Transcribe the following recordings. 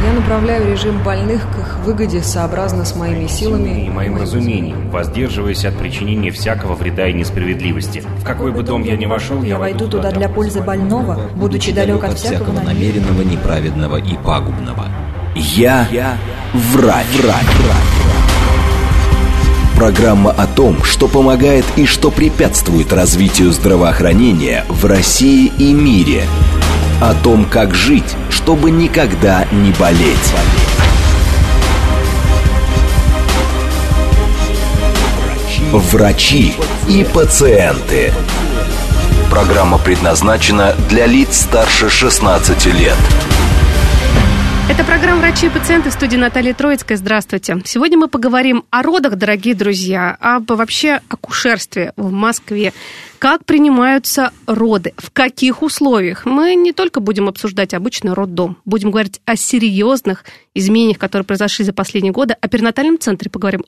Я направляю режим больных к их выгоде сообразно с моими силами и моим разумением, воздерживаясь от причинения всякого вреда и несправедливости. В какой бы дом я ни вошел, я войду туда для пользы больного, будучи далек от всякого намеренного, неправедного и пагубного. Я врач. Программа о том, что помогает и что препятствует развитию здравоохранения в России и мире. О том, как жить, чтобы никогда не болеть. Врачи и пациенты. Программа предназначена для лиц старше 16 лет. Это программа «Врачи и пациенты», в студии Наталья Троицкая. Здравствуйте. Сегодня мы поговорим о родах, дорогие друзья, об вообще акушерстве в Москве. Как принимаются роды, в каких условиях. Мы не только будем обсуждать обычный роддом, будем говорить о серьезных изменениях, которые произошли за последние годы. О перинатальном центре поговорим,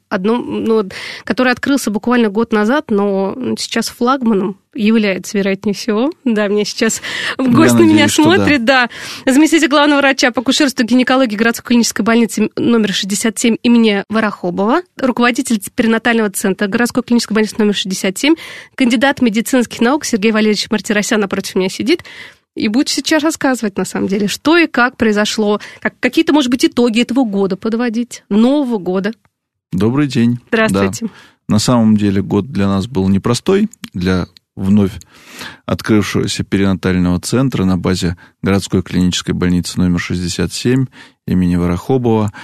который открылся буквально год назад, но сейчас флагманом является, вероятнее всего. Да, меня сейчас гость на меня смотрит. Да. Заместитель главного врача по акушерству и гинекологии городской клинической больницы номер 67 имени Ворохобова, руководитель перинатального центра городской клинической больницы номер 67, кандидат медицинских наук Сергей Валерьевич Мартиросян напротив меня сидит и будет сейчас рассказывать, на самом деле, что и как произошло, какие-то, может быть, итоги этого года подводить, Нового года. Добрый день. Здравствуйте. Да. На самом деле год для нас был непростой, для вновь открывшегося перинатального центра на базе городской клинической больницы номер 67 имени Ворохобова.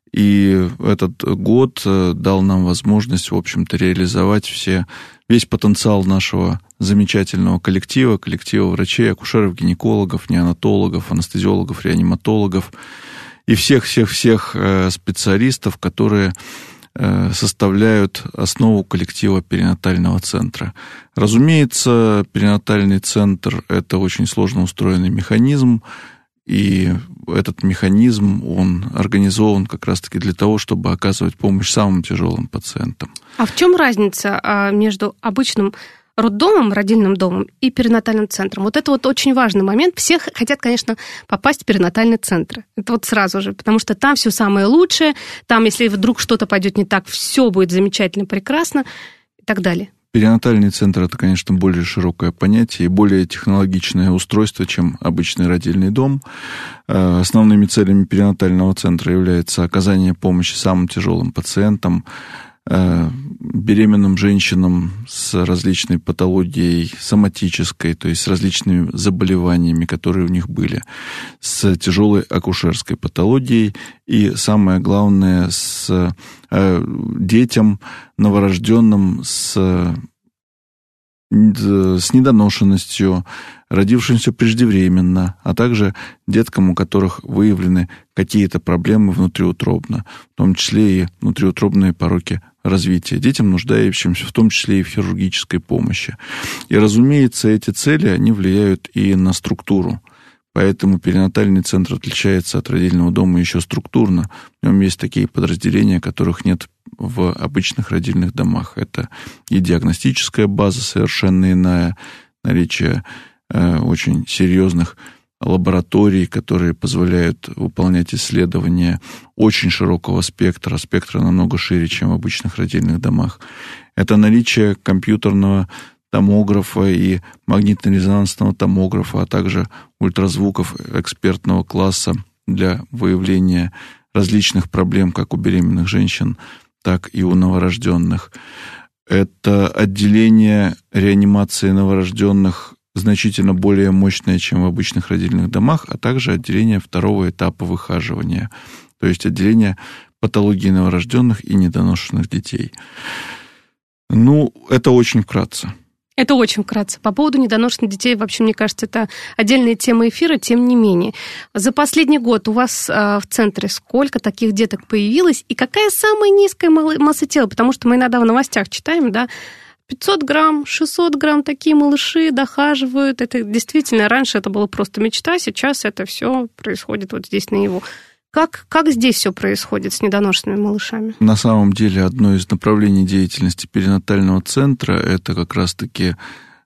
И этот год дал нам возможность, в общем-то, реализовать весь потенциал нашего замечательного коллектива врачей, акушеров, гинекологов, неонатологов, анестезиологов, реаниматологов и всех-всех-всех специалистов, которые составляют основу коллектива перинатального центра. Разумеется, перинатальный центр – это очень сложно устроенный механизм, и этот механизм, он организован как раз-таки для того, чтобы оказывать помощь самым тяжелым пациентам. А в чем разница между обычным роддомом, родильным домом и перинатальным центром? Вот это вот очень важный момент. Все хотят, конечно, попасть в перинатальный центр. Это вот сразу же, потому что там все самое лучшее, там, если вдруг что-то пойдет не так, все будет замечательно, прекрасно и так далее. Перинатальный центр – это, конечно, более широкое понятие и более технологичное устройство, чем обычный родильный дом. Основными целями перинатального центра является оказание помощи самым тяжелым пациентам, беременным женщинам с различной патологией соматической, то есть с различными заболеваниями, которые у них были, с тяжелой акушерской патологией и, самое главное, с детям новорожденным с недоношенностью, родившимся преждевременно, а также деткам, у которых выявлены какие-то проблемы внутриутробно, в том числе и внутриутробные пороки развития, детям, нуждающимся в том числе и в хирургической помощи. И, разумеется, эти цели, они влияют и на структуру. Поэтому перинатальный центр отличается от родильного дома еще структурно. В нем есть такие подразделения, которых нет в обычных родильных домах. Это и диагностическая база совершенно иная, наличие очень серьезных лабораторий, которые позволяют выполнять исследования очень широкого спектра намного шире, чем в обычных родильных домах. Это наличие компьютерного томографа и магнитно-резонансного томографа, а также ультразвуков экспертного класса для выявления различных проблем как у беременных женщин, так и у новорожденных. Это отделение реанимации новорожденных значительно более мощное, чем в обычных родильных домах, а также отделение второго этапа выхаживания, то есть отделение патологии новорожденных и недоношенных детей. Это очень вкратце. Это очень вкратце. По поводу недоношенных детей, вообще, мне кажется, это отдельная тема эфира, тем не менее. За последний год у вас в центре сколько таких деток появилось? И какая самая низкая масса тела? Потому что мы иногда в новостях читаем, да, 500 грамм, 600 грамм, такие малыши дохаживают. Это действительно, раньше это было просто мечта, сейчас это все происходит вот здесь наяву. Как здесь все происходит с недоношенными малышами? На самом деле, одно из направлений деятельности перинатального центра – это как раз-таки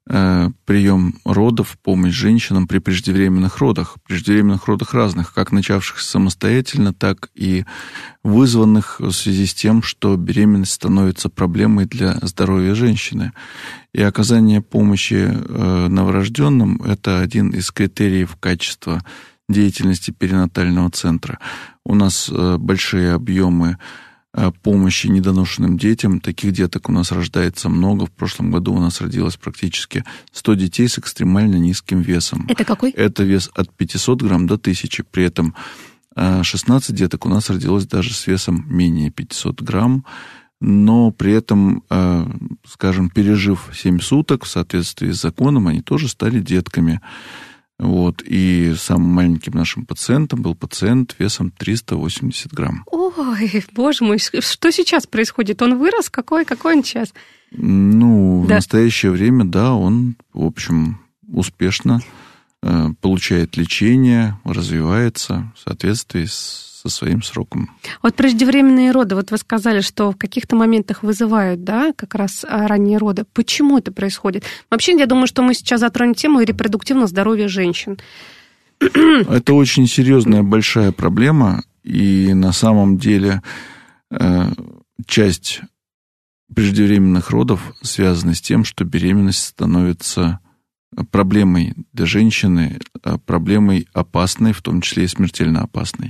прием родов, помощь женщинам при преждевременных родах разных, как начавшихся самостоятельно, так и вызванных в связи с тем, что беременность становится проблемой для здоровья женщины. И оказание помощи новорожденным – это один из критериев качества деятельности перинатального центра. У нас большие объемы помощи недоношенным детям. Таких деток у нас рождается много. В прошлом году у нас родилось практически 100 детей с экстремально низким весом. Это какой? Это вес от 500 грамм до 1000. При этом 16 деток у нас родилось даже с весом менее 500 грамм. Но при этом, скажем, пережив 7 суток, в соответствии с законом, они тоже стали детками. Вот. И самым маленьким нашим пациентом был пациент весом 380 грамм. Ой, боже мой, что сейчас происходит? Он вырос? Какой он сейчас? В настоящее время, да, он, в общем, успешно получает лечение, развивается в соответствии со своим сроком. Вот преждевременные роды, вот вы сказали, что в каких-то моментах вызывают, да, как раз ранние роды. Почему это происходит? Вообще, я думаю, что мы сейчас затронем тему репродуктивного здоровья женщин. Это очень серьезная, большая проблема, и на самом деле часть преждевременных родов связана с тем, что беременность становится проблемой для женщины, проблемой опасной, в том числе и смертельно опасной.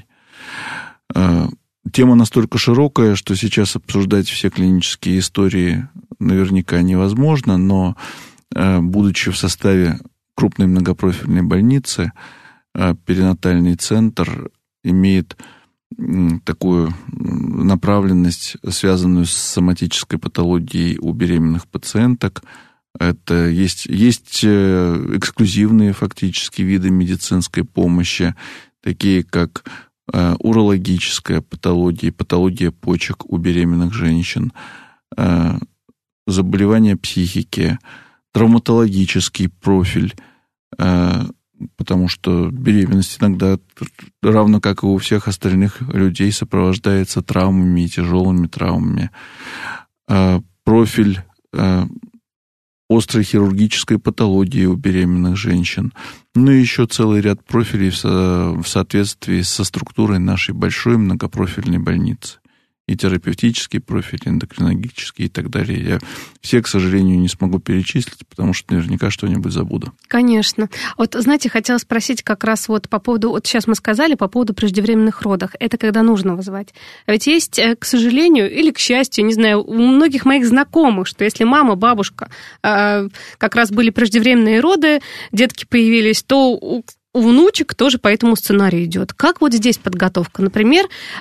Тема настолько широкая, что сейчас обсуждать все клинические истории наверняка невозможно, но, будучи в составе крупной многопрофильной больницы, перинатальный центр имеет такую направленность, связанную с соматической патологией у беременных пациенток. Это есть эксклюзивные фактически виды медицинской помощи, такие как урологическая патология, патология почек у беременных женщин, заболевания психики, травматологический профиль, потому что беременность иногда, равно как и у всех остальных людей, сопровождается травмами и тяжелыми травмами. Профиль острой хирургической патологии у беременных женщин. Ну и еще целый ряд профилей в соответствии со структурой нашей большой многопрофильной больницы. И терапевтический профиль, эндокринологический и так далее. Я все, к сожалению, не смогу перечислить, потому что наверняка что-нибудь забуду. Конечно. Вот, знаете, хотела спросить как раз вот по поводу, вот сейчас мы сказали по поводу преждевременных родов. Это когда нужно вызывать. А ведь есть, к сожалению, или к счастью, не знаю, у многих моих знакомых, что если мама, бабушка как раз были преждевременные роды, детки появились, то у внучек тоже по этому сценарию идет. Как вот здесь подготовка? Например,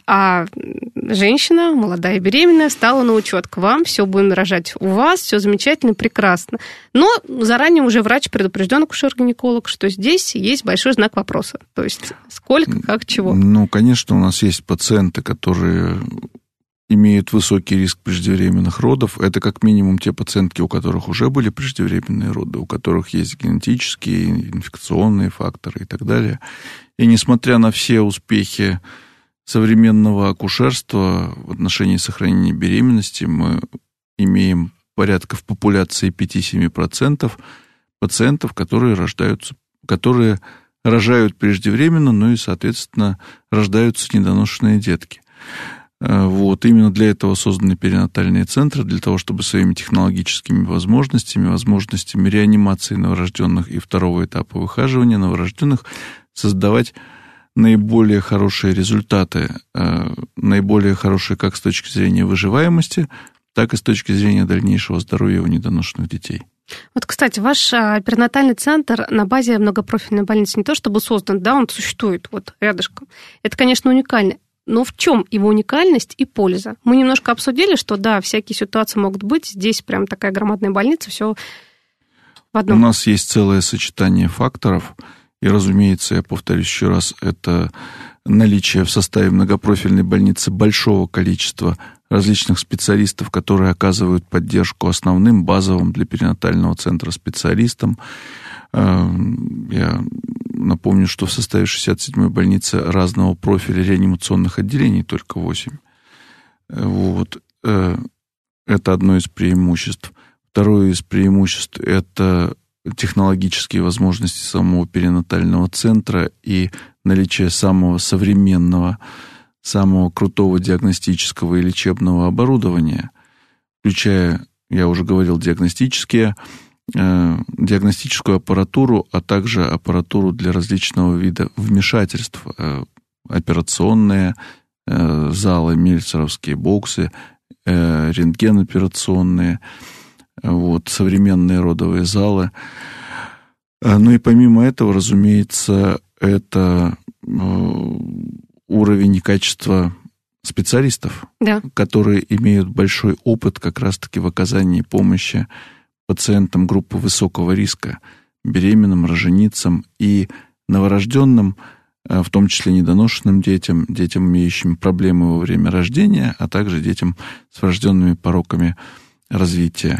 женщина, молодая беременная, стала на учет к вам, все будем рожать у вас, все замечательно, прекрасно. Но заранее уже врач предупрежден, акушер-гинеколог, что здесь есть большой знак вопроса. То есть сколько, как, чего? Ну, конечно, у нас есть пациенты, которые имеют высокий риск преждевременных родов. Это как минимум те пациентки, у которых уже были преждевременные роды, у которых есть генетические, инфекционные факторы и так далее. И несмотря на все успехи современного акушерства в отношении сохранения беременности, мы имеем порядка в популяции 5-7% пациентов, которые рожают преждевременно, ну и, соответственно, рождаются недоношенные детки. Вот, именно для этого созданы перинатальные центры, для того, чтобы своими технологическими возможностями реанимации новорожденных и второго этапа выхаживания новорожденных создавать наиболее хорошие результаты, наиболее хорошие как с точки зрения выживаемости, так и с точки зрения дальнейшего здоровья у недоношенных детей. Вот, кстати, ваш перинатальный центр на базе многопрофильной больницы не то чтобы создан, да, он существует вот рядышком. Это, конечно, уникально. Но в чем его уникальность и польза? Мы немножко обсудили, что да, всякие ситуации могут быть. Здесь прям такая громадная больница, все в одном. У нас есть целое сочетание факторов. И, разумеется, я повторюсь еще раз, это наличие в составе многопрофильной больницы большого количества различных специалистов, которые оказывают поддержку основным, базовым для перинатального центра специалистам. Я напомню, что в составе 67-й больницы разного профиля реанимационных отделений только 8. Вот. Это одно из преимуществ. Второе из преимуществ – это технологические возможности самого перинатального центра и наличие самого современного, самого крутого диагностического и лечебного оборудования, включая, я уже говорил, диагностическую аппаратуру, а также аппаратуру для различного вида вмешательств, операционные залы, мельцеровские боксы, рентгеноперационные, современные родовые залы. Ну и помимо этого, разумеется, это уровень и качество специалистов, да, которые имеют большой опыт как раз-таки в оказании помощи пациентам группы высокого риска, беременным, роженицам и новорожденным, в том числе недоношенным детям, детям, имеющим проблемы во время рождения, а также детям с врожденными пороками развития.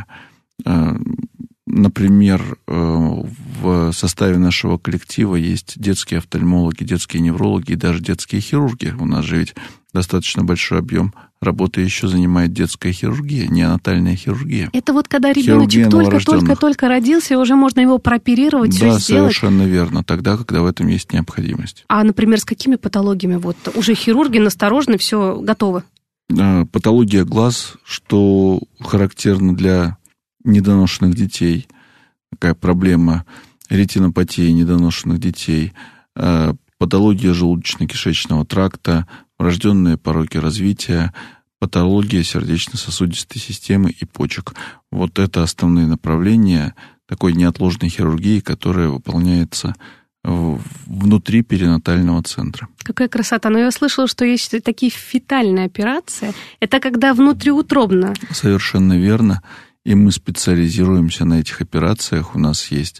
Например, в составе нашего коллектива есть детские офтальмологи, детские неврологи и даже детские хирурги. У нас же ведь достаточно большой объем работы еще занимает детская хирургия, неонатальная хирургия. Это вот когда ребеночек только родился, и уже можно его прооперировать, все сделать? Да, совершенно верно, тогда, когда в этом есть необходимость. А, например, с какими патологиями? Уже хирурги насторожены, все готово? Патология глаз, что характерно для недоношенных детей, такая проблема ретинопатии недоношенных детей, патология желудочно-кишечного тракта, врожденные пороки развития, патология сердечно-сосудистой системы и почек. Вот это основные направления такой неотложной хирургии, которая выполняется внутри перинатального центра. Какая красота. Но я слышала, что есть такие фетальные операции. Это когда внутриутробно. Совершенно верно. И мы специализируемся на этих операциях. У нас есть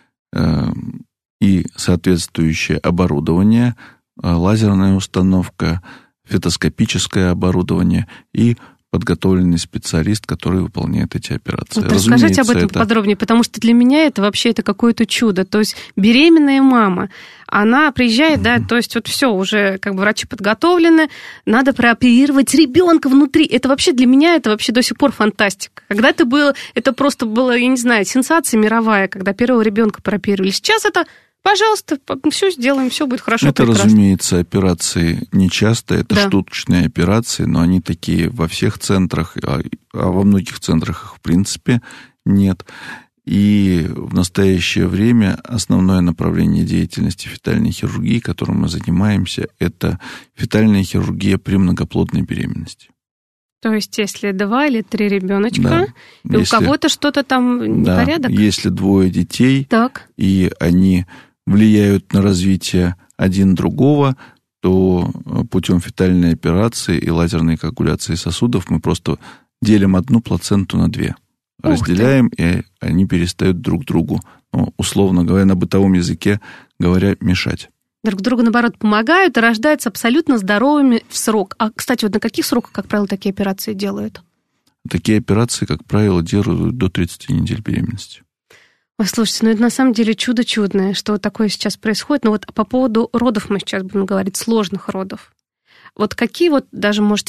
и соответствующее оборудование, лазерная установка, фетоскопическое оборудование и подготовленный специалист, который выполняет эти операции. Вот расскажите об этом подробнее, потому что для меня это какое-то чудо. То есть беременная мама, она приезжает, да, то есть все, уже врачи подготовлены, надо прооперировать ребенка внутри. Это вообще для меня, это вообще до сих пор фантастика. Когда это просто было, я не знаю, сенсация мировая, когда первого ребенка прооперировали. Сейчас это... Пожалуйста, все сделаем, все будет хорошо. Это, прекрасно. Разумеется, операции нечасто, это штучные операции, но они такие во всех центрах, а во многих центрах их в принципе нет. И в настоящее время основное направление деятельности фетальной хирургии, которым мы занимаемся, это фетальная хирургия при многоплодной беременности. То есть, если 2 или 3 ребеночка, и у кого-то что-то там непорядок? Если 2 детей, и они влияют на развитие один другого, то путем фетальной операции и лазерной коагуляции сосудов мы просто делим одну плаценту на 2. Разделяем, и они перестают друг другу, условно говоря, на бытовом языке говоря, мешать. Друг другу, наоборот, помогают и рождаются абсолютно здоровыми в срок. А, кстати, на каких сроках, как правило, такие операции делают? Такие операции, как правило, делают до 30 недель беременности. Ой, слушайте, это на самом деле чудо чудное, что такое сейчас происходит. Но по поводу родов мы сейчас будем говорить, сложных родов. Какие даже можете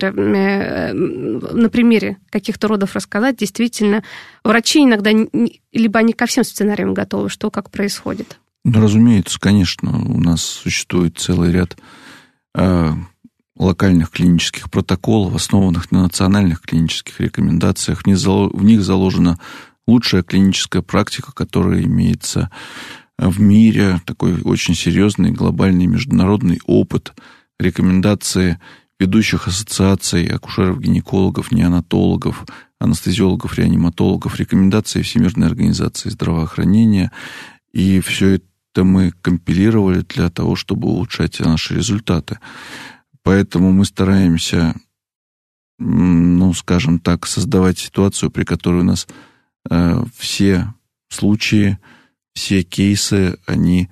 на примере каких-то родов рассказать? Действительно, врачи иногда, либо они ко всем сценариям готовы, что как происходит? Разумеется, конечно. У нас существует целый ряд локальных клинических протоколов, основанных на национальных клинических рекомендациях. В них заложена лучшая клиническая практика, которая имеется в мире, такой очень серьезный глобальный международный опыт, рекомендации ведущих ассоциаций акушеров-гинекологов, неонатологов, анестезиологов, реаниматологов, рекомендации Всемирной организации здравоохранения. И все это мы компилировали для того, чтобы улучшать наши результаты. Поэтому мы стараемся, скажем так, создавать ситуацию, при которой у нас все случаи, все кейсы, они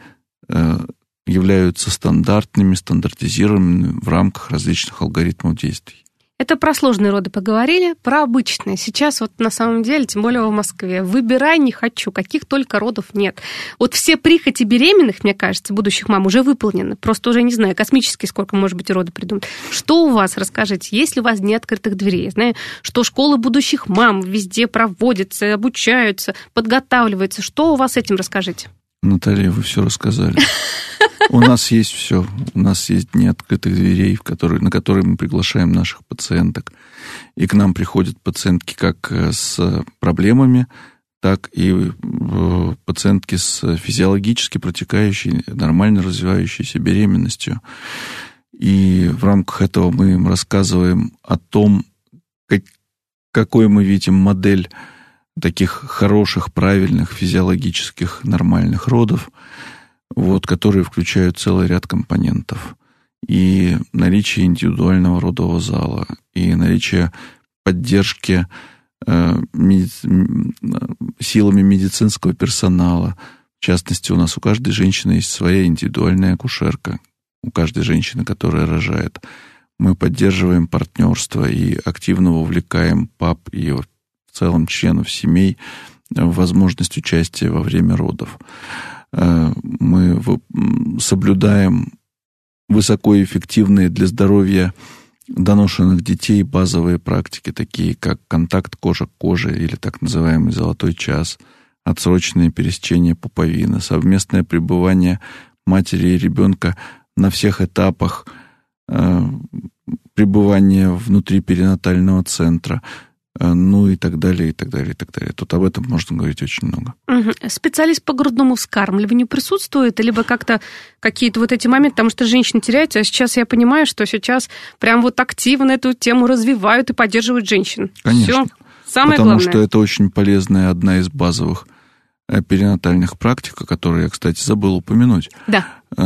являются стандартными, стандартизированными в рамках различных алгоритмов действий. Это про сложные роды поговорили, про обычные. Сейчас вот на самом деле, тем более в Москве, выбирай не хочу, каких только родов нет. Вот все прихоти беременных, мне кажется, будущих мам уже выполнены. Просто уже, не знаю, космические сколько, может быть, роды придумать. Что у вас, расскажите, есть ли у вас дни открытых дверей? Я знаю, что школы будущих мам везде проводятся, обучаются, подготавливаются. Что у вас с этим, расскажите? Наталья, вы все рассказали. У нас есть все. У нас есть дни открытых дверей, на которые мы приглашаем наших пациенток. И к нам приходят пациентки как с проблемами, так и пациентки с физиологически протекающей, нормально развивающейся беременностью. И в рамках этого мы им рассказываем о том, какой мы видим модель таких хороших, правильных, физиологических, нормальных родов, которые включают целый ряд компонентов. И наличие индивидуального родового зала, и наличие поддержки силами медицинского персонала. В частности, у нас у каждой женщины есть своя индивидуальная акушерка, у каждой женщины, которая рожает. Мы поддерживаем партнерство и активно вовлекаем пап и в целом членов семей в возможность участия во время родов. Мы соблюдаем высокоэффективные для здоровья доношенных детей базовые практики, такие как контакт кожа к коже или так называемый золотой час, отсроченное пересечение пуповины, совместное пребывание матери и ребенка на всех этапах пребывания внутри перинатального центра, и так далее, и так далее, и так далее. Тут об этом можно говорить очень много. Специалист по грудному вскармливанию присутствует, либо как-то какие-то эти моменты, потому что женщины теряются, а сейчас я понимаю, что сейчас прям активно эту тему развивают и поддерживают женщин. Конечно. Все самое главное. Потому что это очень полезная, одна из базовых перинатальных практик, о которой я, кстати, забыл упомянуть. Да.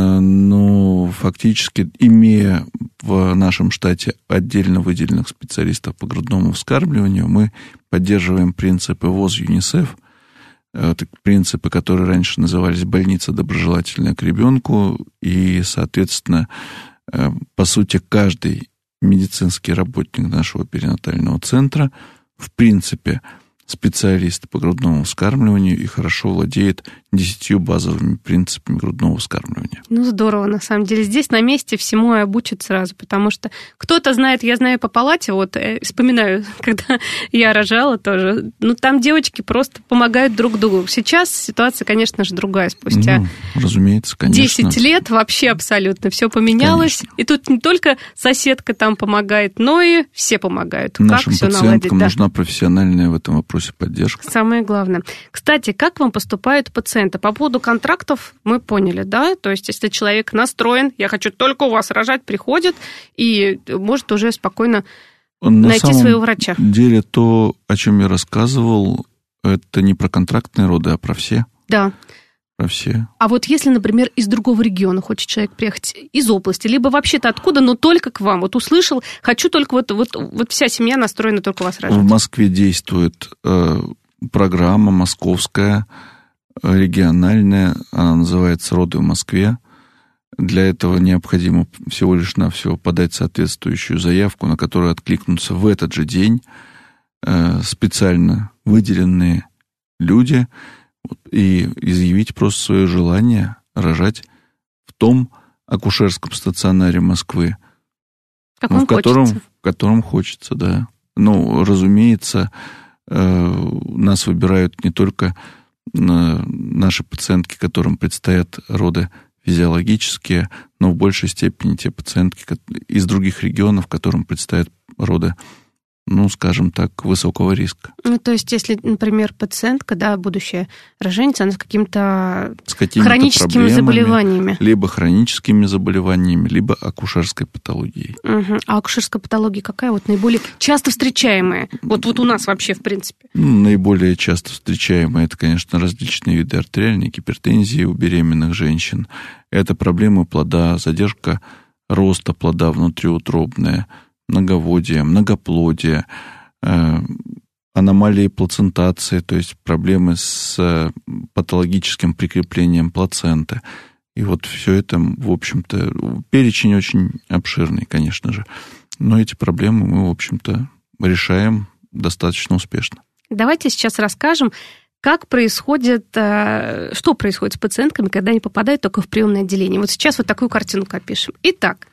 Но фактически, имея в нашем штате отдельно выделенных специалистов по грудному вскармливанию, мы поддерживаем принципы ВОЗ ЮНИСЕФ, принципы, которые раньше назывались «больница доброжелательная к ребенку», и, соответственно, по сути, каждый медицинский работник нашего перинатального центра, в принципе, специалист по грудному вскармливанию и хорошо владеет 10 базовыми принципами грудного вскармливания. Здорово, на самом деле. Здесь на месте всему и обучат сразу, потому что кто-то знает, я знаю по палате, вспоминаю, когда я рожала тоже, там девочки просто помогают друг другу. Сейчас ситуация, конечно же, другая. Спустя разумеется, конечно. 10 лет вообще абсолютно все поменялось. Конечно. И тут не только соседка там помогает, но и все помогают. Нашим пациенткам нужна профессиональная в этом вопросе поддержка. Самое главное. Кстати, как вам поступают пациенты? По поводу контрактов мы поняли, да? То есть, если человек настроен, я хочу только у вас рожать, приходит и может уже спокойно найти своего врача. На самом деле, то, о чем я рассказывал, это не про контрактные роды, а про все. Да. Про все. А если, например, из другого региона хочет человек приехать, из области, либо вообще-то откуда, но только к вам, услышал, хочу только вся семья настроена только у вас рожать. В Москве действует программа московская, региональная, она называется «Роды в Москве». Для этого необходимо всего лишь навсего подать соответствующую заявку, на которую откликнутся в этот же день специально выделенные люди, и изъявить просто свое желание рожать в том акушерском стационаре Москвы, в котором хочется, да. Разумеется, нас выбирают не только наши пациентки, которым предстоят роды физиологические, но в большей степени те пациентки из других регионов, которым предстоят роды, скажем так, высокого риска. То есть, если, например, пациентка, будущая роженица, она с какими-то хроническими заболеваниями. Либо хроническими заболеваниями, либо акушерской патологией. Угу. А акушерская патология какая наиболее часто встречаемая? У нас вообще, в принципе. Наиболее часто встречаемая, это, конечно, различные виды артериальной гипертензии у беременных женщин. Это проблемы плода, задержка роста плода внутриутробная, многоводие, многоплодие, аномалии плацентации, то есть проблемы с патологическим прикреплением плаценты. И все это, в общем-то, перечень очень обширный, конечно же. Но эти проблемы мы, в общем-то, решаем достаточно успешно. Давайте сейчас расскажем, что происходит с пациентками, когда они попадают только в приемное отделение. Вот сейчас вот такую картинку опишем. Итак.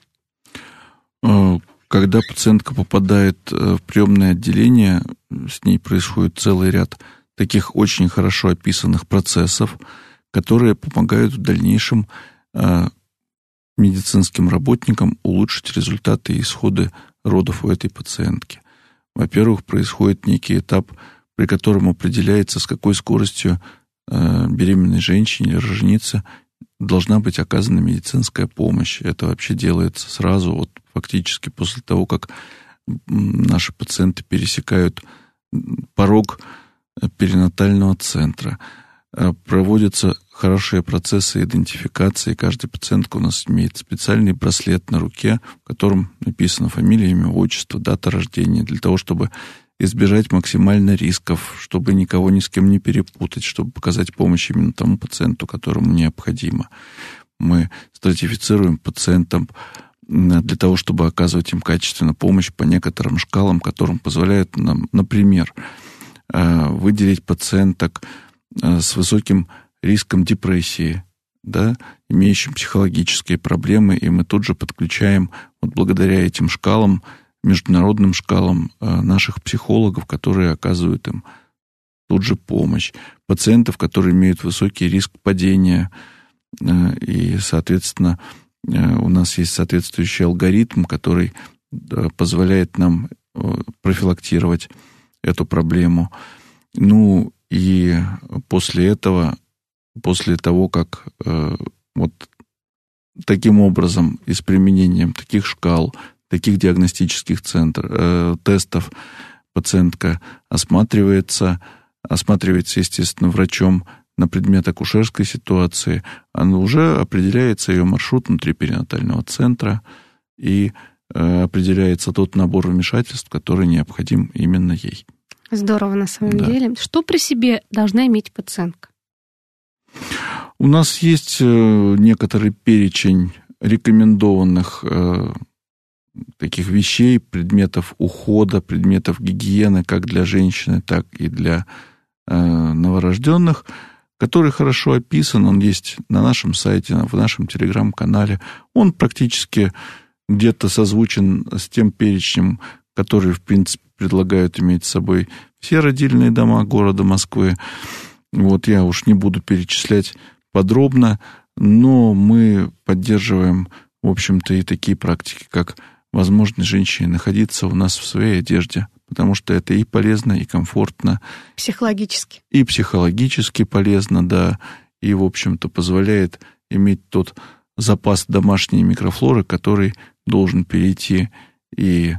Когда пациентка попадает в приемное отделение, с ней происходит целый ряд таких очень хорошо описанных процессов, которые помогают в дальнейшем медицинским работникам улучшить результаты и исходы родов у этой пациентки. Во-первых, происходит некий этап, при котором определяется, с какой скоростью беременной женщине или роженице должна быть оказана медицинская помощь. Это вообще делается сразу, вот фактически после того, как наши пациенты пересекают порог перинатального центра. Проводятся хорошие процессы идентификации. Каждая пациентка у нас имеет специальный браслет на руке, в котором написано фамилия, имя, отчество, дата рождения, для того, чтобы избежать максимально рисков, чтобы никого ни с кем не перепутать, чтобы показать помощь именно тому пациенту, которому необходимо. Мы стратифицируем пациентам для того, чтобы оказывать им качественно помощь по некоторым шкалам, которым позволяют нам, например, выделить пациенток с высоким риском депрессии, да, имеющим психологические проблемы, и мы тут же подключаем, вот благодаря этим шкалам, международным шкалам, наших психологов, которые оказывают им тут же помощь. Пациентов, которые имеют высокий риск падения, и, соответственно, у нас есть соответствующий алгоритм, который позволяет нам профилактировать эту проблему. Ну, и после этого, после того, как вот таким образом и с применением таких шкал, таких диагностических тестов пациентка осматривается, естественно, врачом на предмет акушерской ситуации, уже определяется ее маршрут внутри перинатального центра и определяется тот набор вмешательств, который необходим именно ей. Здорово, на самом деле. Что при себе должна иметь пациентка? У нас есть некоторый перечень рекомендованных таких вещей, предметов ухода, предметов гигиены, как для женщины, так и для новорожденных, который хорошо описан. Он есть на нашем сайте, в нашем телеграм-канале. Он практически где-то созвучен с тем перечнем, который, в принципе, предлагают иметь с собой все родильные дома города Москвы. Вот я уж не буду перечислять подробно, но мы поддерживаем, в общем-то, и такие практики, как возможность женщине находиться у нас в своей одежде, потому что это и полезно, и комфортно. Психологически. И психологически полезно, да, и, в общем-то, позволяет иметь тот запас домашней микрофлоры, который должен перейти и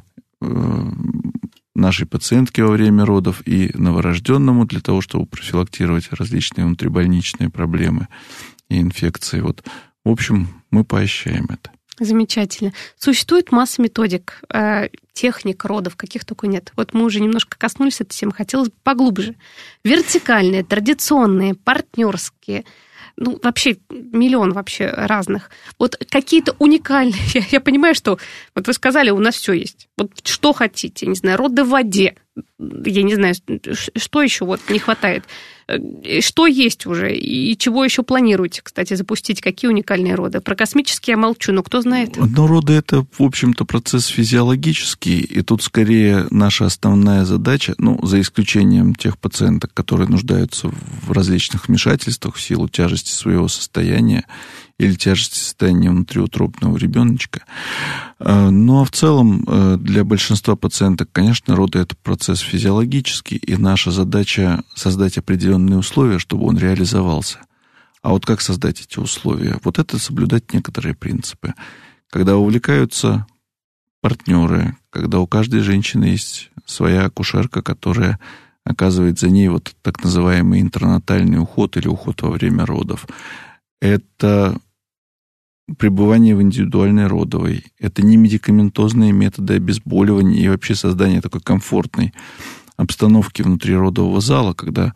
нашей пациентке во время родов, и новорожденному для того, чтобы профилактировать различные внутрибольничные проблемы и инфекции. Вот, в общем, мы поощряем это. Замечательно. Существует масса методик, техник родов, каких только нет. Вот мы уже немножко коснулись этой темы, хотелось бы поглубже. Вертикальные, традиционные, партнерские, ну, вообще миллион вообще разных. Вот какие-то уникальные. Я понимаю, что вот вы сказали, у нас все есть. Вот что хотите, не знаю, роды в воде. Я не знаю, что еще вот не хватает. Что есть уже и чего еще планируете, кстати, запустить? Какие уникальные роды? Про космические я молчу, но кто знает? Но роды – это, в общем-то, процесс физиологический, и тут скорее наша основная задача, ну, за исключением тех пациенток, которые нуждаются в различных вмешательствах в силу тяжести своего состояния или тяжести состояния внутриутробного ребеночка. Но в целом для большинства пациенток, конечно, роды – это процесс физиологический, и наша задача – создать определенные условия, чтобы он реализовался. А вот как создать эти условия? Вот это соблюдать некоторые принципы. Когда увлекаются партнеры, когда у каждой женщины есть своя акушерка, которая оказывает за ней вот так называемый интернатальный уход или уход во время родов. Это пребывание в индивидуальной родовой. Это не медикаментозные методы обезболивания и вообще создание такой комфортной обстановки внутри родового зала, когда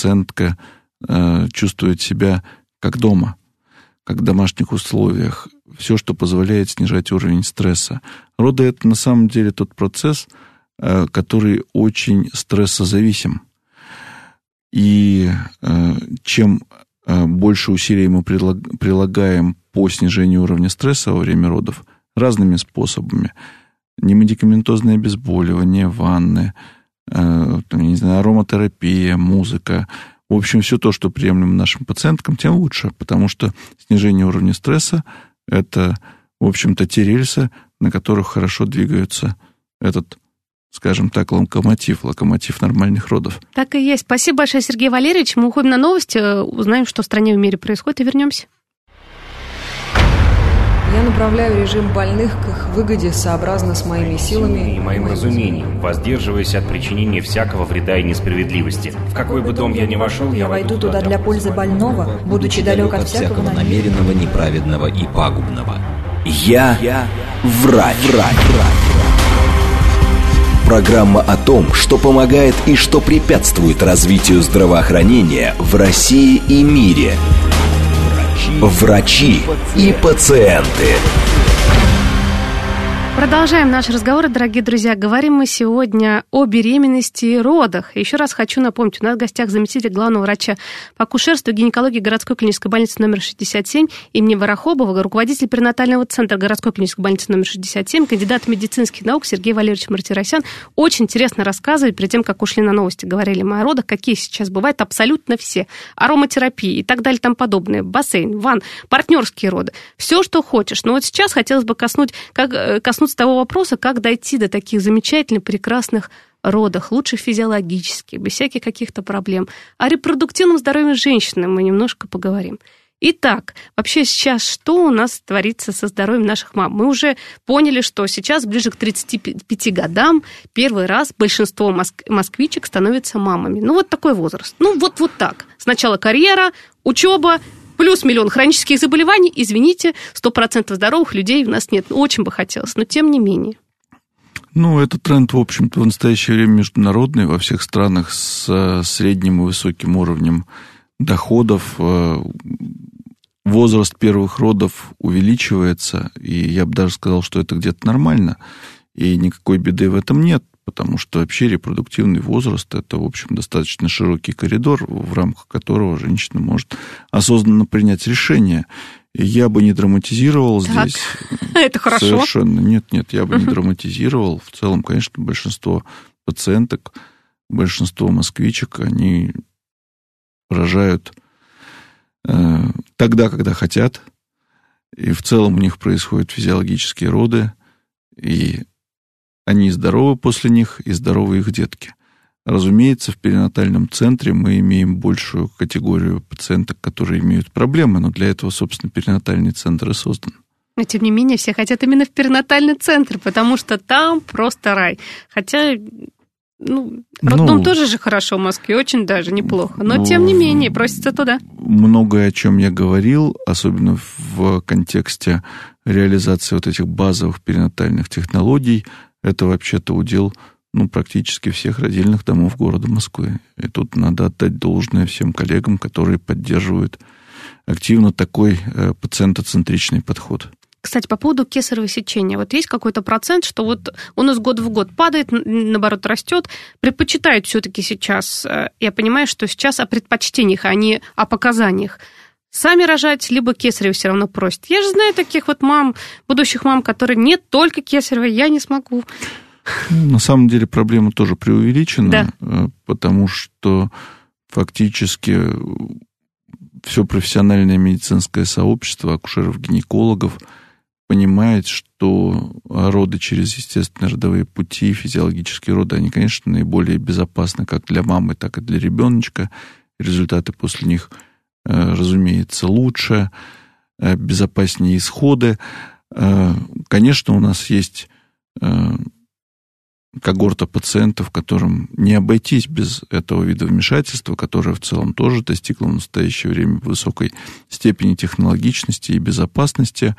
пациентка чувствует себя как дома, как в домашних условиях. все, что позволяет снижать уровень стресса. Роды – это на самом деле тот процесс, который очень стрессозависим. И чем больше усилий мы прилагаем по снижению уровня стресса во время родов разными способами, немедикаментозное обезболивание, ванны, ароматерапия, музыка, в общем, все то, что приемлемо нашим пациенткам, тем лучше, потому что снижение уровня стресса – это, в общем-то, те рельсы, на которых хорошо двигается этот, скажем так, локомотив нормальных родов. Так и есть. Спасибо большое, Сергей Валерьевич. Мы уходим на новости, узнаем, что в стране и в мире происходит, и вернемся. Я направляю режим больных к их выгоде сообразно с моими силами и моим разумением, воздерживаясь от причинения всякого вреда и несправедливости. В какой бы дом я ни вошел, я войду туда для пользы больного, будучи далек от всякого намеренного, неправедного и пагубного. Я врач. Программа о том, что помогает и что препятствует развитию здравоохранения в России и мире. Врачи и пациенты. Продолжаем наш разговор, дорогие друзья. Говорим мы сегодня о беременности и родах. Еще раз хочу напомнить, у нас в гостях заместитель главного врача по акушерству и гинекологии городской клинической больницы номер 67 имени Ворохобова, руководитель перинатального центра городской клинической больницы номер 67, кандидат медицинских наук Сергей Валерьевич Мартиросян. Очень интересно рассказывать. Перед тем, как ушли на новости, говорили мы о родах, какие сейчас бывают абсолютно все. Ароматерапия и так далее, там подобное. Бассейн, ванн, партнерские роды. Все, что хочешь. Но вот сейчас хотелось бы коснуться того вопроса, как дойти до таких замечательных, прекрасных родов, лучше физиологически, без всяких каких-то проблем. О репродуктивном здоровье женщины мы немножко поговорим. Итак, вообще сейчас что у нас творится со здоровьем наших мам? Мы уже поняли, что сейчас ближе к 35 годам первый раз большинство москвичек становятся мамами. Ну, вот такой возраст. Ну, вот так. Сначала карьера, учеба, плюс миллион хронических заболеваний. Извините, 100% здоровых людей у нас нет. Очень бы хотелось, но тем не менее. Это тренд, в общем-то, в настоящее время международный во всех странах с средним и высоким уровнем доходов. Возраст первых родов увеличивается, и я бы даже сказал, что это где-то нормально, и никакой беды в этом нет, потому что вообще репродуктивный возраст – это, в общем, достаточно широкий коридор, в рамках которого женщина может осознанно принять решение. И я бы не драматизировал здесь. Это хорошо. Совершенно. Нет, я бы не драматизировал. В целом, конечно, большинство пациенток, большинство москвичек, они рожают тогда, когда хотят, и в целом у них происходят физиологические роды, и они здоровы после них, и здоровы их детки. Разумеется, в перинатальном центре мы имеем большую категорию пациенток, которые имеют проблемы, но для этого, собственно, перинатальный центр и создан. Но, тем не менее, все хотят именно в перинатальный центр, потому что там просто рай. Хотя... роддом тоже же хорошо в Москве, очень даже неплохо. Но, тем не менее, просится туда. Многое, о чем я говорил, особенно в контексте реализации вот этих базовых перинатальных технологий, это вообще-то удел практически всех родильных домов города Москвы. И тут надо отдать должное всем коллегам, которые поддерживают активно такой пациентоцентричный подход. Кстати, по поводу кесарево сечения. Вот есть какой-то процент, что вот у нас год в год падает, наоборот, растет. Предпочитают все-таки сейчас, я понимаю, что сейчас о предпочтениях, а не о показаниях. Сами рожать, либо кесарево все равно просят. Я же знаю таких вот мам, будущих мам, которые нет, только кесарево, я не смогу. На самом деле проблема тоже преувеличена, да. Потому что фактически все профессиональное медицинское сообщество акушеров-гинекологов понимает, что роды через естественные родовые пути, физиологические роды, они, конечно, наиболее безопасны как для мамы, так и для ребеночка. Результаты после них, разумеется, лучше, безопаснее исходы. Конечно, у нас есть когорта пациентов, которым не обойтись без этого вида вмешательства, которое в целом тоже достигло в настоящее время высокой степени технологичности и безопасности.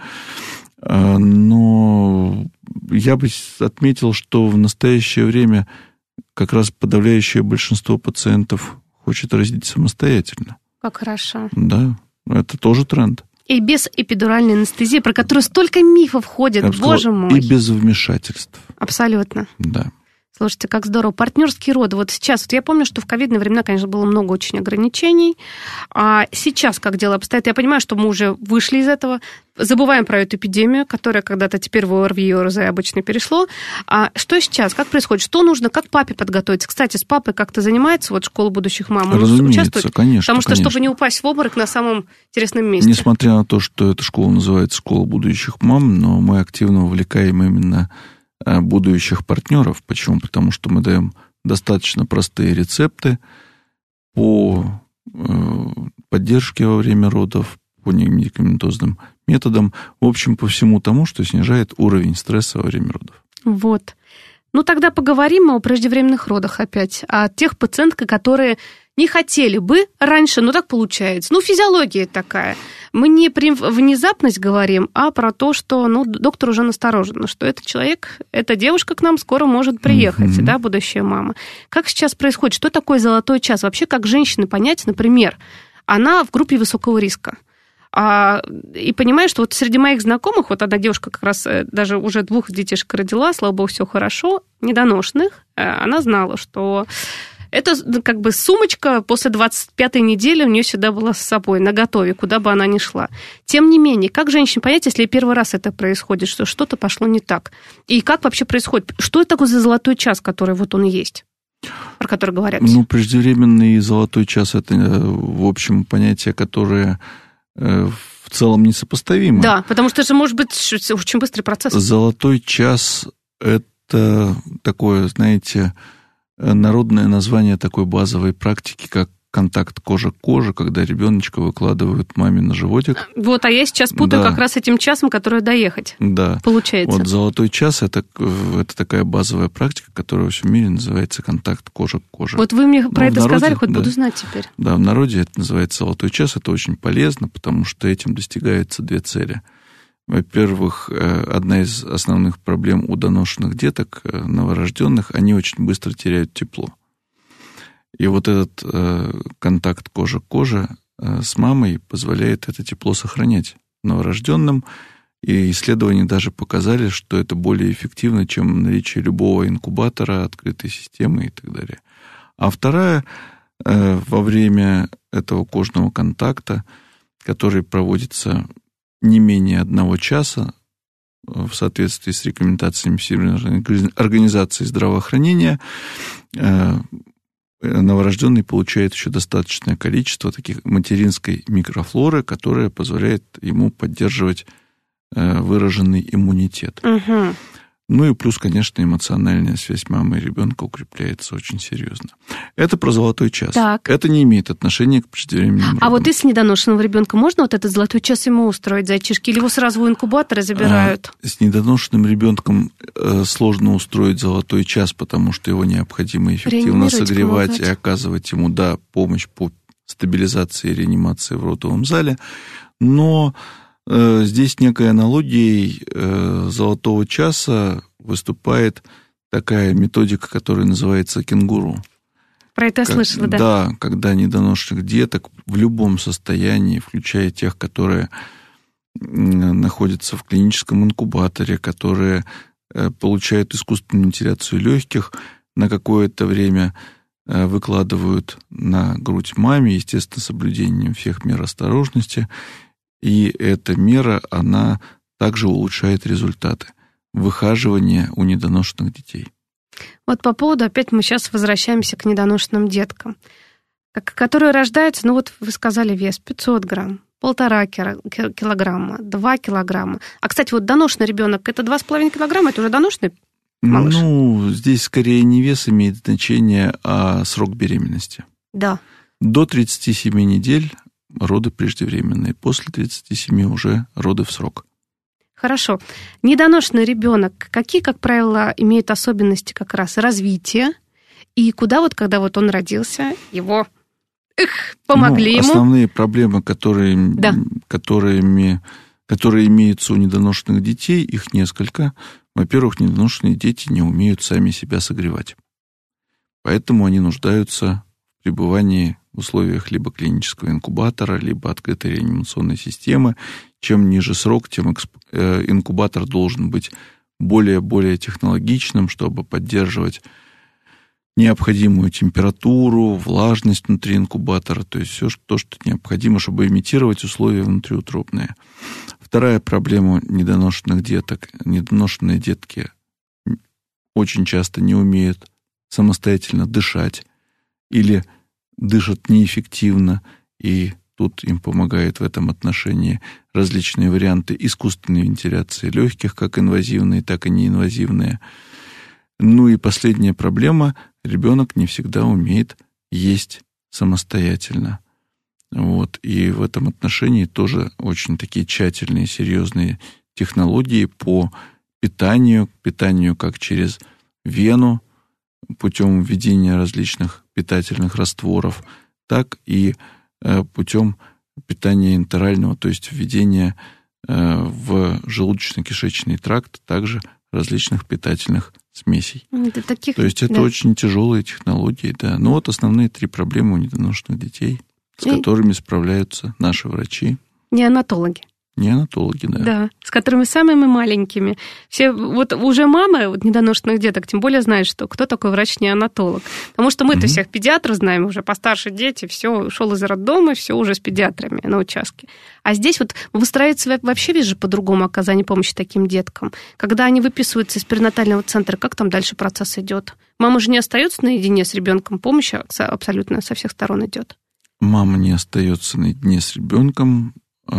Но я бы отметил, что в настоящее время как раз подавляющее большинство пациентов хочет родить самостоятельно. Как хорошо. Да, это тоже тренд. И без эпидуральной анестезии, про которую столько мифов ходит, боже мой. И без вмешательств. Абсолютно. Да. Слушайте, как здорово. Партнерские роды. Вот сейчас, вот я помню, что в ковидные времена, конечно, было много очень ограничений. А сейчас как дело обстоит? Я понимаю, что мы уже вышли из этого. Забываем про эту эпидемию, которая когда-то теперь в ОРВИ и ОРЗ обычно перешло. А что сейчас? Как происходит? Что нужно? Как папе подготовиться? Кстати, с папой как-то занимается вот школа будущих мам? Разумеется, участвует? конечно. Потому что, чтобы не упасть в обморок на самом интересном месте. Несмотря на то, что эта школа называется «Школа будущих мам», но мы активно увлекаем именно будущих партнеров. Почему? Потому что мы даем достаточно простые рецепты по поддержке во время родов, по немедикаментозным методам, в общем, по всему тому, что снижает уровень стресса во время родов. Вот. Ну, тогда поговорим о преждевременных родах опять, о тех пациентках, которые не хотели бы раньше, но так получается. Ну, физиология такая. Мы не про внезапность говорим, а про то, что, доктор уже насторожен, что этот человек, эта девушка к нам скоро может приехать, да, будущая мама. Как сейчас происходит? Что такое золотой час? Вообще, как женщины понять, например, она в группе высокого риска. И понимаю, что вот среди моих знакомых, вот одна девушка как раз даже уже 2 детишек родила, слава богу, все хорошо, недоношенных, она знала, что это как бы сумочка после 25-й недели у нее всегда была с собой, наготове, куда бы она ни шла. Тем не менее, как женщине понять, если первый раз это происходит, что что-то пошло не так? И как вообще происходит? Что это такое за золотой час, который вот он и есть? Про который говорят. Ну, преждевременный золотой час – это, в общем, понятие, которое в целом несопоставимо. Да, потому что это может быть очень быстрый процесс. Золотой час – это такое, знаете, народное название такой базовой практики, как контакт кожа к коже, когда ребеночка выкладывают маме на животик. Вот, а я сейчас путаю как раз этим часом, который доехать. Да. Получается. Вот золотой час – это такая базовая практика, которая во всем мире называется контакт кожа к коже. Вот вы мне про это сказали, хоть буду знать теперь. Да, в народе это называется золотой час. Это очень полезно, потому что этим достигаются 2 цели. Во-первых, одна из основных проблем у доношенных деток, новорожденных, они очень быстро теряют тепло. И вот этот контакт кожа к коже с мамой позволяет это тепло сохранять новорожденным. И исследования даже показали, что это более эффективно, чем наличие любого инкубатора, открытой системы и так далее. А вторая, во время этого кожного контакта, который проводится не менее 1 часа, в соответствии с рекомендациями Всемирной организации здравоохранения, новорожденный получает еще достаточное количество таких материнской микрофлоры, которая позволяет ему поддерживать выраженный иммунитет. Угу. Ну и плюс, конечно, эмоциональная связь мамы и ребенка укрепляется очень серьезно. Это про золотой час. Так. Это не имеет отношения к преждевременным родам. А вот если недоношенного ребенка можно вот этот золотой час ему устроить, зайчишки, или его сразу в инкубаторы забирают? С недоношенным ребенком сложно устроить золотой час, потому что его необходимо эффективно согревать и оказывать ему, помощь по стабилизации и реанимации в родовом зале. Но здесь некой аналогией золотого часа выступает такая методика, которая называется кенгуру. Про это я слышала, да. Да, когда недоношенных деток в любом состоянии, включая тех, которые находятся в клиническом инкубаторе, которые получают искусственную вентиляцию легких, на какое-то время выкладывают на грудь маме, естественно, с соблюдением всех мер осторожности. И эта мера, она также улучшает результаты выхаживания у недоношенных детей. Вот по поводу, опять мы сейчас возвращаемся к недоношенным деткам, которые рождаются, вот вы сказали вес 500 грамм, 1,5 килограмма, 2 килограмма. А, кстати, вот доношенный ребенок, это 2,5 килограмма, это уже доношенный малыш? Здесь скорее не вес имеет значение, а срок беременности. Да. До 37 недель роды преждевременные, после 37 уже роды в срок. Хорошо. Недоношенный ребенок, какие, как правило, имеют особенности как раз развития, и куда когда он родился, его помогли ему? Основные проблемы, которые имеются у недоношенных детей, их несколько. Во-первых, недоношенные дети не умеют сами себя согревать. Поэтому они нуждаются в пребывании в условиях либо клинического инкубатора, либо открытой реанимационной системы. Чем ниже срок, тем инкубатор должен быть более технологичным, чтобы поддерживать необходимую температуру, влажность внутри инкубатора, то есть все то, что необходимо, чтобы имитировать условия внутриутробные. Вторая проблема недоношенных деток. Недоношенные детки очень часто не умеют самостоятельно дышать или дышат неэффективно, и тут им помогают в этом отношении различные варианты искусственной вентиляции легких, как инвазивные, так и неинвазивные. Ну и последняя проблема – ребенок не всегда умеет есть самостоятельно. Вот. И в этом отношении тоже очень такие тщательные, серьезные технологии по питанию как через вену, путем введения различных питательных растворов, так и путем питания энтерального, то есть введения в желудочно-кишечный тракт также различных питательных смесей. То есть это очень тяжелые технологии, да. Но вот основные 3 проблемы у недоношенных детей, с которыми справляются наши врачи. Неонатологи. Неонатологи, да. Да, с которыми самыми маленькими. Все, вот уже мамы недоношенных деток тем более знают, что кто такой врач-неонатолог. Потому что мы-то всех педиатров знаем, уже постарше дети, все, ушел из роддома, все уже с педиатрами на участке. А здесь вот выстраивается вообще, вижу, по-другому оказание помощи таким деткам. Когда они выписываются из перинатального центра, как там дальше процесс идет? Мама же не остается наедине с ребенком, помощь абсолютно со всех сторон идет. Мама не остается наедине с ребенком.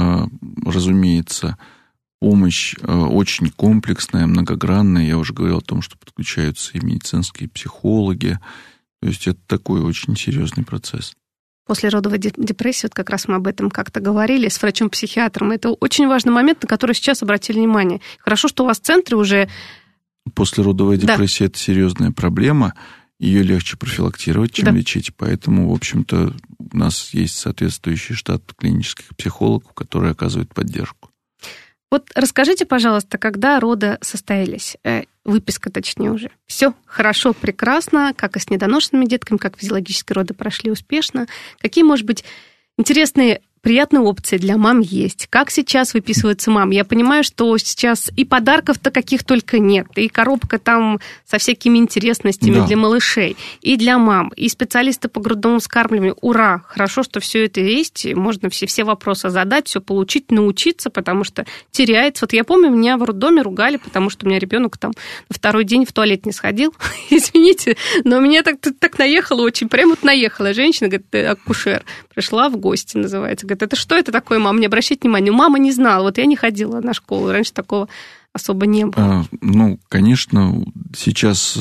Разумеется, помощь очень комплексная, многогранная. Я уже говорил о том, что подключаются и медицинские психологи. То есть это такой очень серьезный процесс. Послеродовая депрессия, вот как раз мы об этом как-то говорили с врачом-психиатром. Это очень важный момент, на который сейчас обратили внимание. Хорошо, что у вас в центре уже... Послеродовая депрессия – это серьезная проблема. Ее легче профилактировать, чем лечить. Поэтому, в общем-то, у нас есть соответствующий штат клинических психологов, которые оказывают поддержку. Вот расскажите, пожалуйста, когда роды состоялись, выписка точнее уже. Все хорошо, прекрасно, как и с недоношенными детками, как физиологические роды прошли успешно. Какие, может быть, интересные, приятные опции для мам есть? Как сейчас выписываются мамы? Я понимаю, что сейчас и подарков-то каких только нет, и коробка там со всякими интересностями для малышей, и для мам, и специалисты по грудному вскармливанию. Ура! Хорошо, что все это есть, можно все вопросы задать, все получить, научиться, потому что теряется. Вот я помню, меня в роддоме ругали, потому что у меня ребенок там на 2-й день в туалет не сходил. Извините, но меня так наехало очень, прям вот наехала женщина, говорит, акушер, пришла в гости, называется. Говорит, это что это такое, мама? Не обращайте внимания. Мама не знала. Вот я не ходила на школу. Раньше такого особо не было. Конечно, сейчас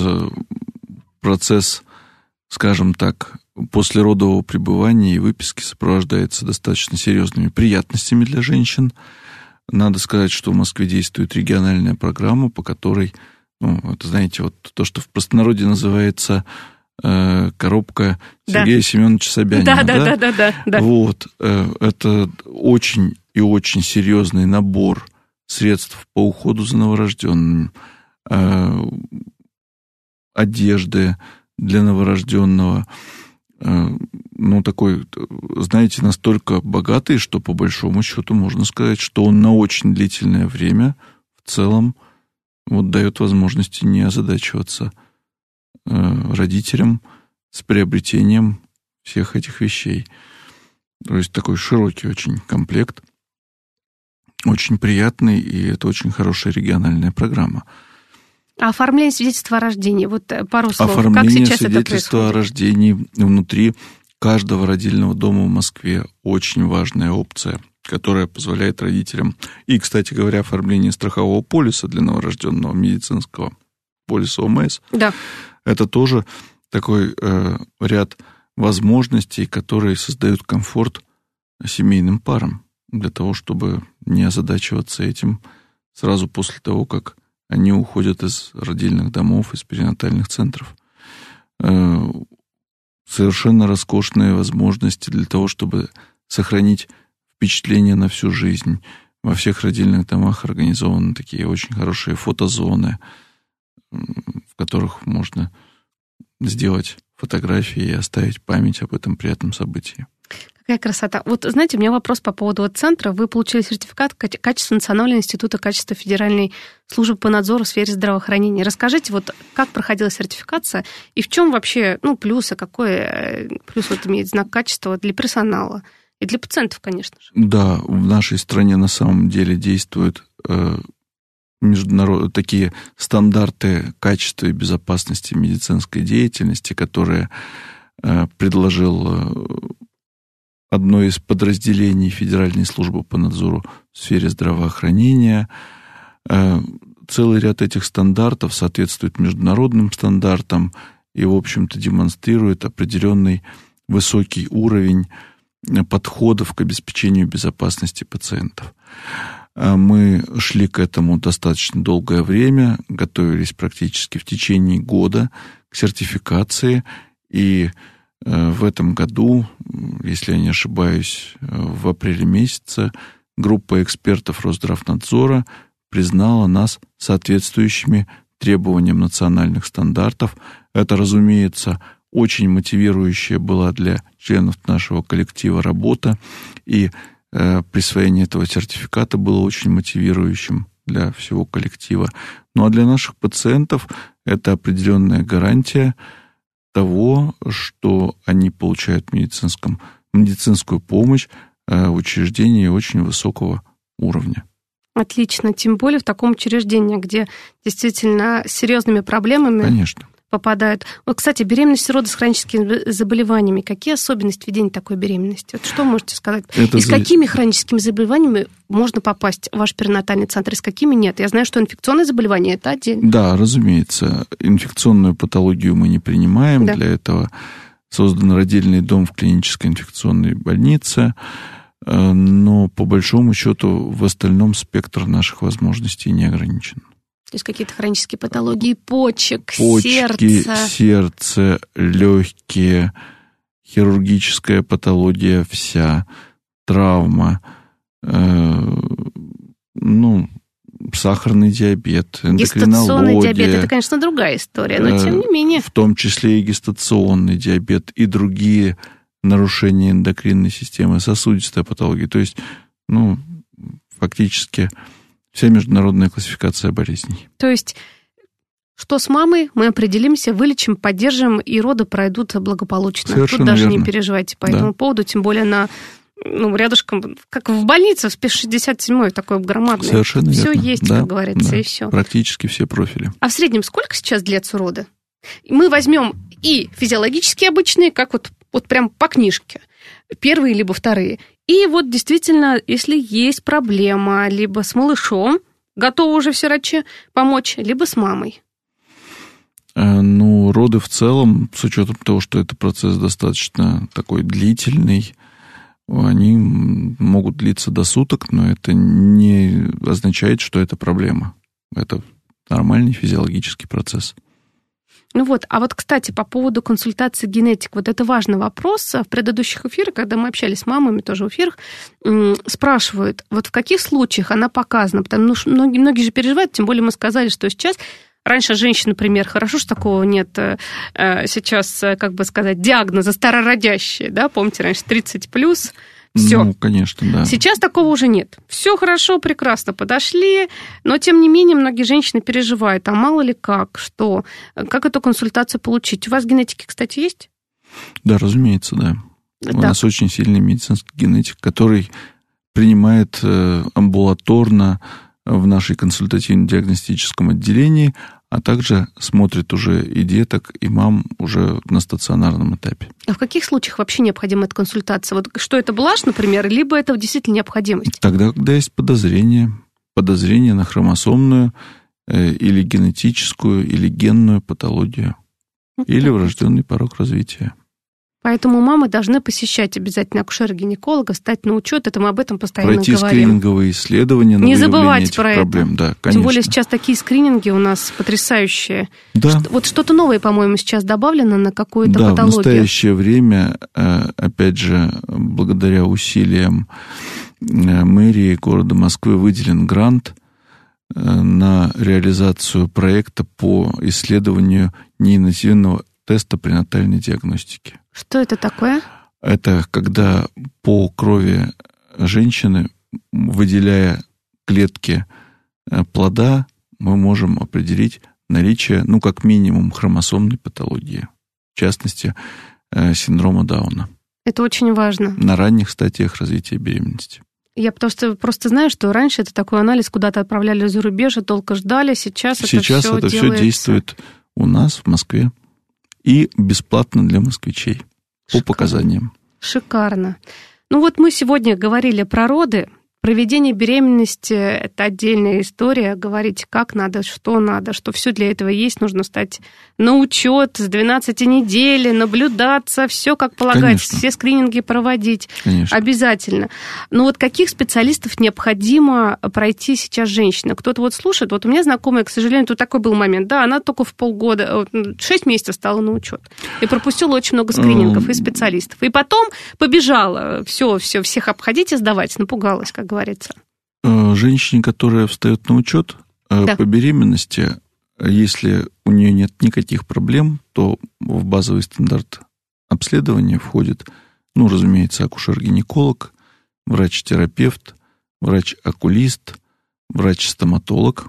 процесс, скажем так, послеродового пребывания и выписки сопровождается достаточно серьезными приятностями для женщин. Надо сказать, что в Москве действует региональная программа, по которой, это, знаете, вот то, что в простонародье называется коробка Сергея Семеновича Собянина. Да. Вот. Это очень и очень серьезный набор средств по уходу за новорожденным, одежды для новорожденного. Такой, знаете, настолько богатый, что по большому счету можно сказать, что он на очень длительное время в целом дает возможности не озадачиваться родителям с приобретением всех этих вещей. То есть такой широкий очень комплект, очень приятный, и это очень хорошая региональная программа. А оформление свидетельства о рождении, вот пару слов, оформление как сейчас это происходит? Свидетельства о рождении внутри каждого родильного дома в Москве очень важная опция, которая позволяет родителям, и, кстати говоря, оформление страхового полиса для новорожденного, медицинского полиса ОМС, это тоже такой ряд возможностей, которые создают комфорт семейным парам для того, чтобы не озадачиваться этим сразу после того, как они уходят из родильных домов, из перинатальных центров. Совершенно роскошные возможности для того, чтобы сохранить впечатление на всю жизнь. Во всех родильных домах организованы такие очень хорошие фотозоны, в которых можно сделать фотографии и оставить память об этом приятном событии. Какая красота. Вот, знаете, у меня вопрос по поводу центра. Вы получили сертификат качества Национального института качества Федеральной службы по надзору в сфере здравоохранения. Расскажите, вот как проходила сертификация и в чем вообще, плюсы, какой плюс вот имеет знак качества для персонала и для пациентов, конечно же? Да, в нашей стране на самом деле действуют такие стандарты качества и безопасности медицинской деятельности, которые предложил одно из подразделений Федеральной службы по надзору в сфере здравоохранения. Целый ряд этих стандартов соответствует международным стандартам и, в общем-то, демонстрирует определенный высокий уровень подходов к обеспечению безопасности пациентов. Мы шли к этому достаточно долгое время, готовились практически в течение года к сертификации, и в этом году, если я не ошибаюсь, в апреле месяце группа экспертов Росздравнадзора признала нас соответствующими требованиям национальных стандартов. Это, разумеется, очень мотивирующая была для членов нашего коллектива работа, и присвоение этого сертификата было очень мотивирующим для всего коллектива. Ну а для наших пациентов это определенная гарантия того, что они получают медицинскую помощь в учреждении очень высокого уровня. Отлично. Тем более в таком учреждении, где действительно с серьезными проблемами Конечно. попадают. Вот, кстати, беременность и роды с хроническими заболеваниями. Какие особенности ведения такой беременности? Вот что можете сказать? И с какими хроническими заболеваниями можно попасть в ваш перинатальный центр, и с какими нет? Я знаю, что инфекционные заболевания – это отдельно. Да, разумеется. Инфекционную патологию мы не принимаем. Да. Для этого создан родильный дом в клинической инфекционной больнице. Но, по большому счету, в остальном спектр наших возможностей не ограничен. То есть какие-то хронические патологии почек, сердце, легкие, хирургическая патология вся, травма, сахарный диабет, эндокринология. Гестационный диабет – это, конечно, другая история, но тем не менее. В том числе и гестационный диабет, и другие нарушения эндокринной системы, сосудистая патология. То есть, фактически вся международная классификация болезней. То есть, что с мамой, мы определимся, вылечим, поддержим, и роды пройдут благополучно. Совершенно Тут даже верно. Не переживайте по этому поводу, тем более рядышком, как в больнице, в спец-67-й, такой громадный. Совершенно все верно. есть, как говорится, и все. Практически все профили. А в среднем сколько сейчас длятся роды? Мы возьмем и физиологические обычные, как вот прям по книжке, первые либо вторые. И вот действительно, если есть проблема либо с малышом, готовы уже все врачи помочь, либо с мамой. Роды в целом, с учетом того, что это процесс достаточно такой длительный, они могут длиться до суток, но это не означает, что это проблема. Это нормальный физиологический процесс. А вот, кстати, по поводу консультации генетик, вот это важный вопрос. В предыдущих эфирах, когда мы общались с мамами, тоже в эфирах, спрашивают, вот в каких случаях она показана, потому что многие же переживают, тем более мы сказали, что сейчас, раньше женщин, например, хорошо, что такого нет сейчас, диагноза старородящие, да, помните, раньше 30+, все. Конечно, да. Сейчас такого уже нет. Все хорошо, прекрасно подошли, но, тем не менее, многие женщины переживают, а мало ли как эту консультацию получить. У вас генетики, кстати, есть? Да, разумеется, да. У нас очень сильный медицинский генетик, который принимает амбулаторно в нашей консультативно-диагностическом отделении, а также смотрит уже и деток, и мам уже на стационарном этапе. А в каких случаях вообще необходима эта консультация? Вот что это блажь, например, либо это действительно необходимость? Тогда, когда есть подозрение на хромосомную или генетическую, или генную патологию, или врожденный порог развития. Поэтому мамы должны посещать обязательно акушера-гинеколога, встать на учет. Это мы об этом постоянно говорим. Пройти скрининговые исследования на выявление этих проблем. Да, конечно. Тем более сейчас такие скрининги у нас потрясающие. Да. Вот что-то новое, по-моему, сейчас добавлено на какую-то патологию. Да, в настоящее время, опять же, благодаря усилиям мэрии города Москвы выделен грант на реализацию проекта по исследованию неинвазивного теста пренатальной диагностики. Что это такое? Это когда по крови женщины, выделяя клетки плода, мы можем определить наличие, как минимум, хромосомной патологии. В частности, синдрома Дауна. Это очень важно. На ранних стадиях развития беременности. Я просто знаю, что раньше это такой анализ, куда-то отправляли за рубеж, долго ждали. Сейчас это все действует у нас, в Москве. И бесплатно для москвичей. По показаниям. Шикарно. Мы сегодня говорили про роды. Проведение беременности – это отдельная история. Говорить, как надо, что все для этого есть. Нужно стать на учет с 12 недель, наблюдаться, все как полагается, Конечно. все скрининги проводить. Конечно. Обязательно. Но каких специалистов необходимо пройти сейчас женщина? Кто-то слушает. У меня знакомая, к сожалению, тут такой был момент. Да, она только в полгода, 6 месяцев стала на учет. И пропустила очень много скринингов и специалистов. И потом побежала всех обходить и сдавать. Напугалась, как говорится. Женщине, которая встает на учет по беременности, если у нее нет никаких проблем, то в базовый стандарт обследования входит, разумеется, акушер-гинеколог, врач-терапевт, врач-окулист, врач-стоматолог,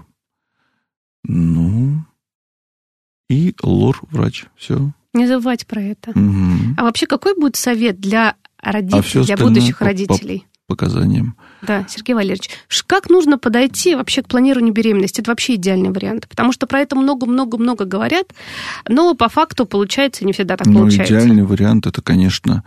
и лор-врач. Все. Не забывать про это. Угу. А вообще, какой будет совет для родителей, для будущих родителей? Показаниям. Да, Сергей Валерьевич, как нужно подойти вообще к планированию беременности? Это вообще идеальный вариант, потому что про это много-много-много говорят, но по факту получается не всегда так получается. Идеальный вариант – это, конечно,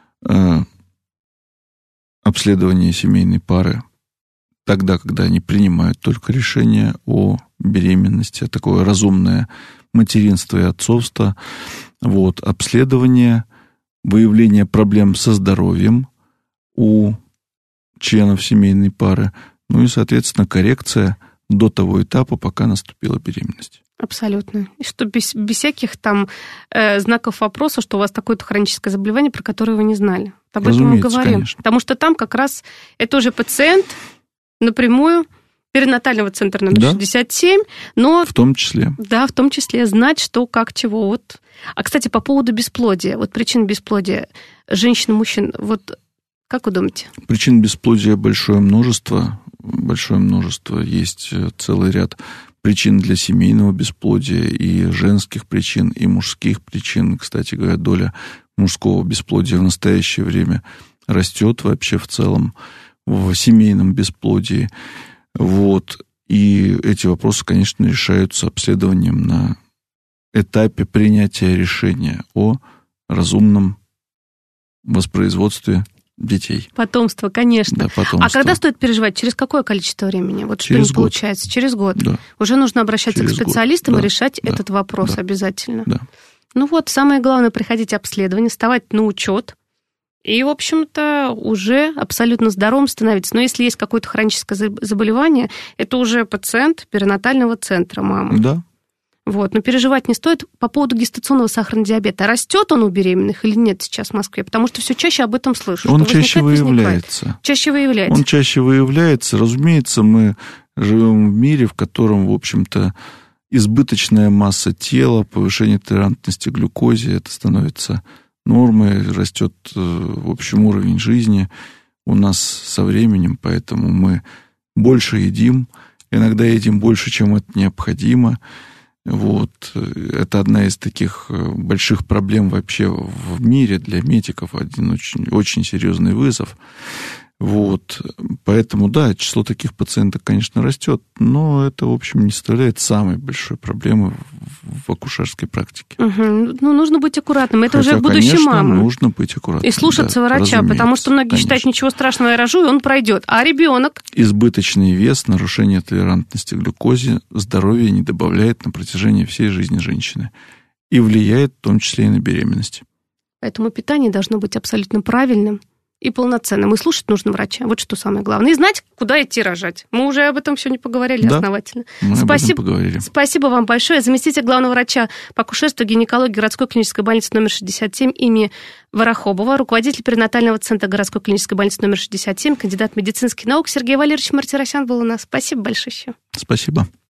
обследование семейной пары тогда, когда они принимают только решение о беременности, такое разумное материнство и отцовство, обследование, выявление проблем со здоровьем у членов семейной пары, и, соответственно, коррекция до того этапа, пока наступила беременность. Абсолютно. И что без всяких знаков вопроса, что у вас такое-то хроническое заболевание, про которое вы не знали. Об этом мы говорим. Конечно. Потому что там как раз это уже пациент напрямую перинатального центра номер 67, но... В том числе. Да, в том числе знать, что, как, чего. А, кстати, по поводу бесплодия. Причин бесплодия женщин, мужчин, как вы думаете? Причин бесплодия большое множество. Есть целый ряд причин для семейного бесплодия, и женских причин, и мужских причин. Кстати говоря, доля мужского бесплодия в настоящее время растет вообще в целом в семейном бесплодии. И эти вопросы, конечно, решаются обследованием на этапе принятия решения о разумном воспроизводстве детей. Потомство, конечно. Да, потомство. А когда стоит переживать? Через какое количество времени? Через что не год. Получается? Через год. Да. Уже нужно обращаться к специалистам и решать этот вопрос обязательно. Да. Самое главное, приходить обследование, вставать на учет. И, в общем-то, уже абсолютно здоровым становиться. Но если есть какое-то хроническое заболевание, это уже пациент перинатального центра мамы. Да. Но переживать не стоит по поводу гестационного сахарного диабета. Растет он у беременных или нет сейчас в Москве? Потому что все чаще об этом слышу. Он чаще выявляется. Он чаще выявляется. Разумеется, мы живем в мире, в котором, в общем-то, избыточная масса тела, повышение толерантности к глюкозе, это становится нормой, растет, в общем, уровень жизни у нас со временем, поэтому мы больше едим, иногда едим больше, чем это необходимо. Это одна из таких больших проблем вообще в мире для медиков, один очень, очень серьезный вызов. Поэтому, да, число таких пациентов, конечно, растет, но это, в общем, не составляет самой большой проблемы в акушерской практике. Нужно быть аккуратным. Это уже будущая мама. Нужно быть аккуратным. И слушаться врача, потому что многие считают, ничего страшного, я рожу, и он пройдет. А ребенок? Избыточный вес, нарушение толерантности к глюкозе, здоровье не добавляет на протяжении всей жизни женщины. И влияет в том числе и на беременность. Поэтому питание должно быть абсолютно правильным и полноценным. И слушать нужно врача. Что самое главное. И знать, куда идти рожать. Мы уже об этом сегодня поговорили основательно. Спасибо вам большое. Заместитель главного врача по акушерству и гинекологии городской клинической больницы номер 67 имени Ворохобова, руководитель перинатального центра городской клинической больницы номер 67, кандидат медицинских наук Сергей Валерьевич Мартиросян был у нас. Спасибо большое. Спасибо.